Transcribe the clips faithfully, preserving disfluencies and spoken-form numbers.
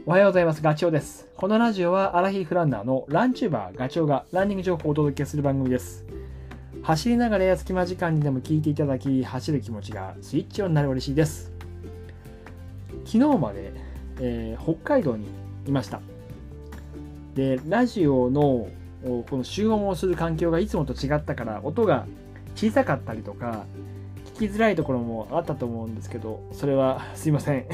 おはようございます。ガチョウです。このラジオはアラヒフランナーのランチューバーガチョウがランニング情報をお届けする番組です。走りながらや隙間時間にでも聞いていただき、走る気持ちがスイッチオンになる嬉しいです。昨日まで、えー、北海道にいました。で、ラジオのこの集音をする環境がいつもと違ったから音が小さかったりとか聞きづらいところもあったと思うんですけど、それはすいません。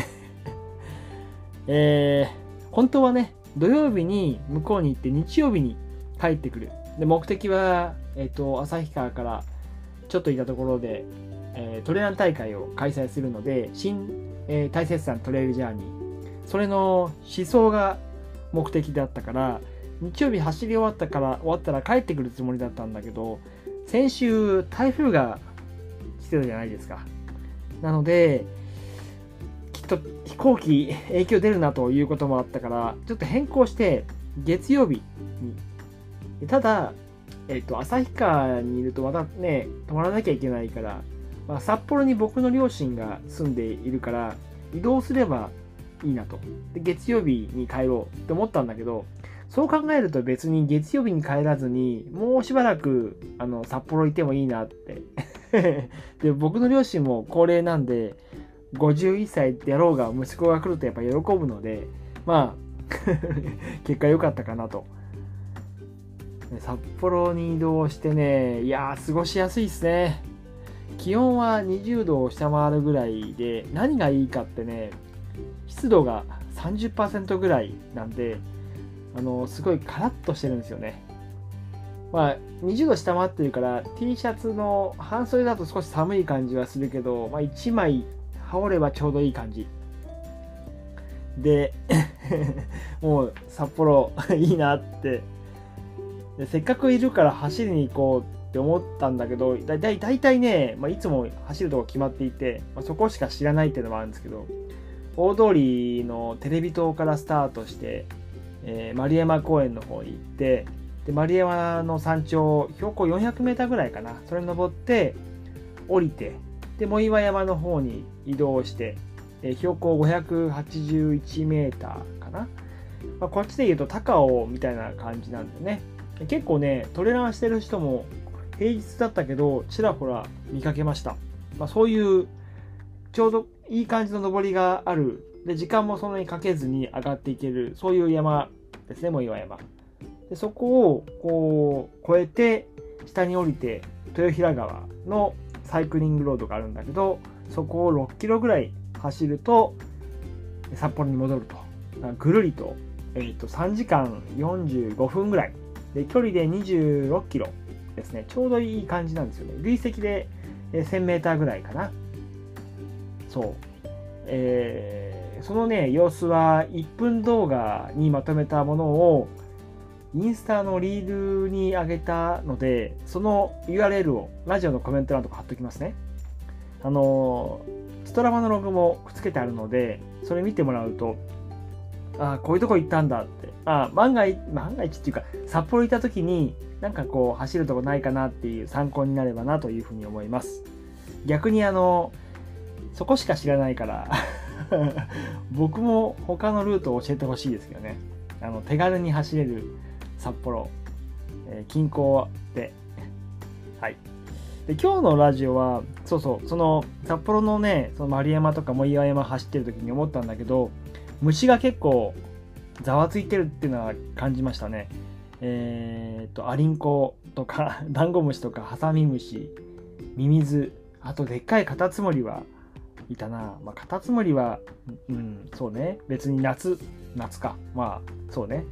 えー、本当はね、土曜日に向こうに行って日曜日に帰ってくる。で、目的は、えっと、旭川からちょっといたところで、えー、トレラン大会を開催するので、新、えー、大雪山トレイルジャーニー。それの思想が目的だったから、日曜日走り終わったから、終わったら帰ってくるつもりだったんだけど、先週台風が来てたじゃないですか。なので、きっと飛行機影響出るなということもあったからちょっと変更して月曜日に、ただ、えっと、旭川にいるとまたね泊まらなきゃいけないから、まあ、札幌に僕の両親が住んでいるから移動すればいいなと。で、月曜日に帰ろうって思ったんだけど、そう考えると別に月曜日に帰らずにもうしばらくあの札幌いてもいいなってで、僕の両親も高齢なんでごじゅういっさいであろうが息子が来るとやっぱ喜ぶので、まあ結果良かったかなと。札幌に移動してね、いやー過ごしやすいですね。気温はにじゅうどを下回るぐらいで、何がいいかってね、湿度が さんじゅっパーセント ぐらいなんで、あのすごいカラッとしてるんですよね。まあにじゅうど下回ってるから T シャツの半袖だと少し寒い感じはするけど、まあ、いちまい羽織ればちょうどいい感じでもう札幌いいなって。で、せっかくいるから走りに行こうって思ったんだけど、だいたいだいたいね、まあ、いつも走るとこ決まっていて、まあ、そこしか知らないっていうのもあるんですけど、大通りのテレビ塔からスタートして、えー、丸山公園の方に行って、で丸山の山頂標高よんひゃくメーターぐらいかな、それに登って降りて、で藻岩山の方に移動して、えー、標高ごひゃくはちじゅういちメーターかな、まあ、こっちで言うと高尾みたいな感じなんだよね。結構ねトレランしてる人も平日だったけどちらほら見かけました。まあ、そういうちょうどいい感じの登りがある、で時間もそんなにかけずに上がっていける、そういう山ですね、藻岩山で。そこをこう越えて下に降りて豊平川のサイクリングロードがあるんだけど、そこをろっキロぐらい走ると札幌に戻ると。ぐるりと、えー、とさんじかんよんじゅうごふんぐらいで、距離でにじゅうろっキロですね。ちょうどいい感じなんですよね。累積でせんメーターぐらいかな。そう、えー、そのね様子はいっぷん動画にまとめたものをインスタのリールに上げたので、その ユーアールエル をラジオのコメント欄とか貼っときますね。あのストラバのログもくっつけてあるので、それ見てもらうと、ああこういうとこ行ったんだって、あ万が一万が一っていうか札幌行った時になんかこう走るとこないかなっていう参考になればなというふうに思います。逆にあのそこしか知らないから僕も他のルートを教えてほしいですけどね。あの手軽に走れる札幌、えー、近郊で、はい。で、今日のラジオはそうそうその札幌のね、その丸山とか藻岩山走ってる時に思ったんだけど、虫が結構ざわついてるっていうのは感じましたね。えー、とアリンコとかダンゴムシとかハサミムシ、ミミズ、あとでっかいカタツムリはいたな。まあ、カタツムリはうんそうね、別に夏夏か、まあそうね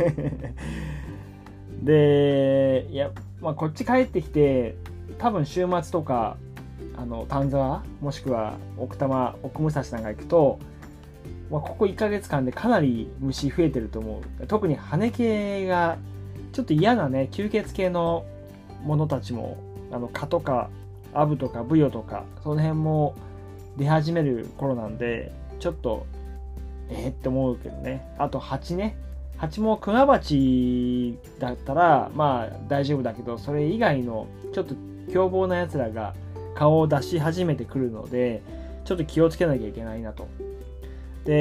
で、いや、まあ、こっち帰ってきて多分週末とかあの丹沢もしくは奥多摩奥武蔵なんか行くと、まあ、ここいっかげつかんでかなり虫増えてると思う。特に羽系がちょっと嫌なね、吸血系のものたちも、あの蚊とかアブとかブヨとかその辺も出始める頃なんで、ちょっとえー、って思うけどね。あと蜂ね、蜂もクマバチだったらまあ大丈夫だけど、それ以外のちょっと凶暴なやつらが顔を出し始めてくるので、ちょっと気をつけなきゃいけないなと。で、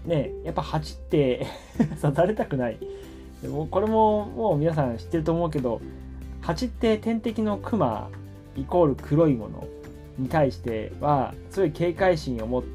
ね、やっぱ蜂って刺されたくない。でもこれももう皆さん知ってると思うけど、蜂って天敵のクマイコール黒いものに対してはすごい警戒心を持って、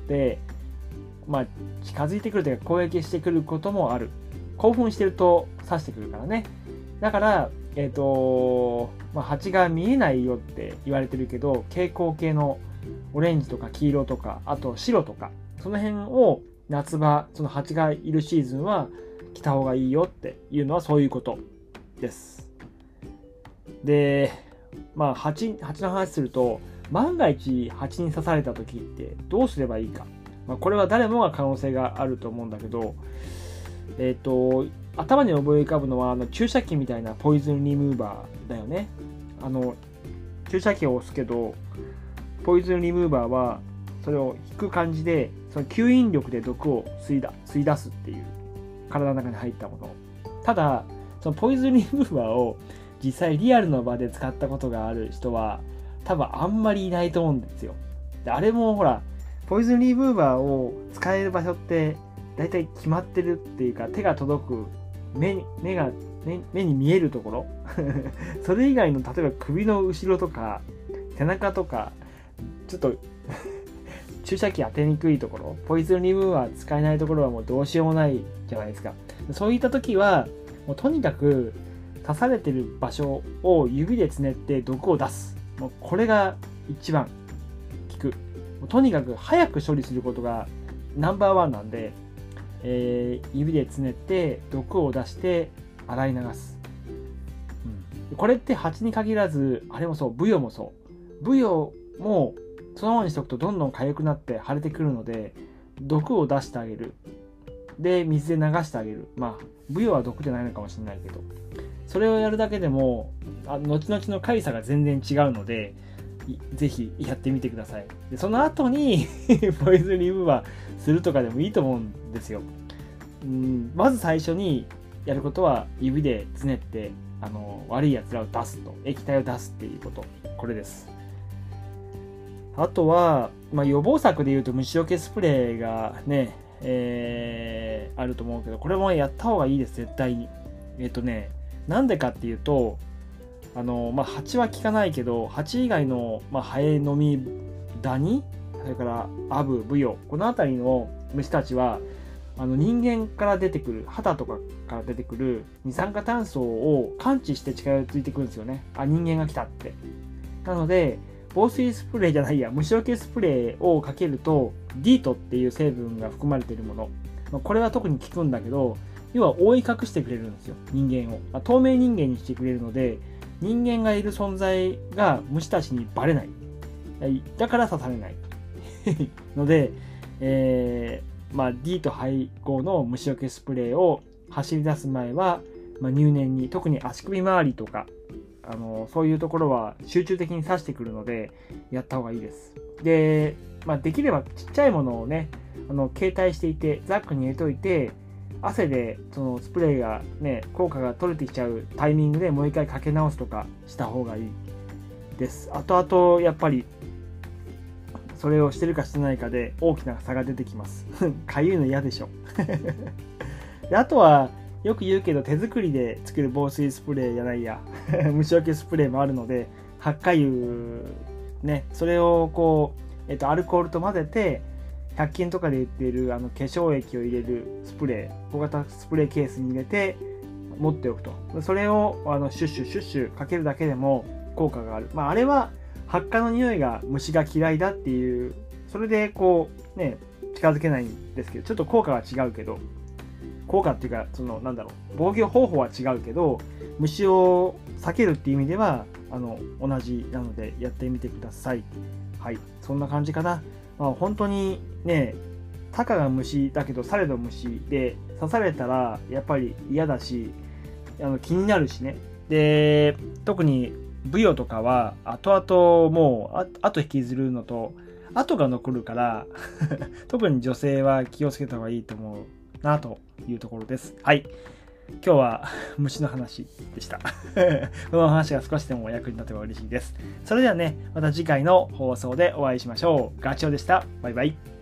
まあ、近づいてくるというか攻撃してくることもある。興奮してると刺してくるからね。だから、えっと、まあ、蜂が見えないよって言われてるけど、蛍光系のオレンジとか黄色とか、あと白とか、その辺を夏場、その蜂がいるシーズンは着た方がいいよっていうのはそういうことです。で、まあ、蜂、蜂の話すると、万が一蜂に刺された時ってどうすればいいか。まあ、これは誰もが可能性があると思うんだけど、えっと、頭に思い浮かぶのはあの注射器みたいなポイズンリムーバーだよね。あの注射器を押すけど、ポイズンリムーバーはそれを引く感じで、その吸引力で毒を吸いだ吸い出すっていう、体の中に入ったもの。ただ、そのポイズンリムーバーを実際リアルの場で使ったことがある人は多分あんまりいないと思うんですよ。で、あれもほら、ポイズンリムーバーを使える場所って大体決まってるっていうか、手が届く、目, 目が目目に見えるところそれ以外の、例えば首の後ろとか背中とか、ちょっと注射器当てにくいところ、ポイズンリムーバー使えないところはもうどうしようもないじゃないですか。そういった時はもうとにかく刺されてる場所を指でつねって毒を出す。もうこれが一番効く。とにかく早く処理することがナンバーワンなんで、えー、指でつねって毒を出して洗い流す、うん、これって蜂に限らず、あれもそう、ブヨもそう。ブヨもそのままにしておくとどんどん痒くなって腫れてくるので、毒を出してあげる。で、水で流してあげる。まあブヨは毒じゃないのかもしれないけど、それをやるだけでもあ後々の痒さが全然違うので、ぜひやってみてください。でその後にポイズンリムーバーするとかでもいいと思うんですよ。うん、まず最初にやることは指でつねってあの悪いやつらを出すと、液体を出すっていうこと、これです。あとは、まあ、予防策でいうと虫除けスプレーがね、えー、あると思うけど、これもやった方がいいです、絶対に。えっとね、なんでかっていうと、あのまあ、蜂は効かないけど、蜂以外の、まあ、ハエ、ノミ、ダニ、それからアブ、ブヨ、この辺りの虫たちはあの人間から出てくる、肌とかから出てくる二酸化炭素を感知して近づいてくるんですよね。あ、人間が来たって。なので防水スプレーじゃないや、虫除けスプレーをかけるとディートっていう成分が含まれているもの、まあ、これは特に効くんだけど、要は覆い隠してくれるんですよ、人間を。あ、透明人間にしてくれるので、人間がいる存在が虫たちにバレない。だから刺されないので、えーまあ、D と配合の虫除けスプレーを走り出す前は、まあ、入念に、特に足首周りとか、あのそういうところは集中的に刺してくるのでやった方がいいです。で、まあ、できればちっちゃいものをね、あの携帯していてザックに入れといて、汗でそのスプレーがね、効果が取れてきちゃうタイミングでもう一回かけ直すとかした方がいいです。あとあとやっぱりそれをしてるかしてないかで大きな差が出てきますかゆいの嫌でしょで、あとはよく言うけど、手作りで作る防水スプレーじゃないや虫除けスプレーもあるので、発火油ね、それをこう、えっと、アルコールと混ぜてひゃく均とかで売っているあの化粧液を入れるスプレー、小型スプレーケースに入れて持っておくと。それをあのシュッシュシュッシュかけるだけでも効果がある。まあ、あれは発火の匂いが虫が嫌いだっていう、それでこうね、近づけないんですけど、ちょっと効果は違うけど、効果っていうか、そのなんだろう、防御方法は違うけど、虫を避けるっていう意味ではあの同じなのでやってみてください。はい、そんな感じかな。まあ、本当にね、たかが虫だけどされど虫で、刺されたらやっぱり嫌だし、あの気になるしね。で、特にブヨとかは後々もうあ後引きずるのと跡が残るから特に女性は気をつけた方がいいと思うなというところです。はい、今日は虫の話でしたこの話が少しでも役に立てば嬉しいです。それではね、また次回の放送でお会いしましょう。ガチョウでした。バイバイ。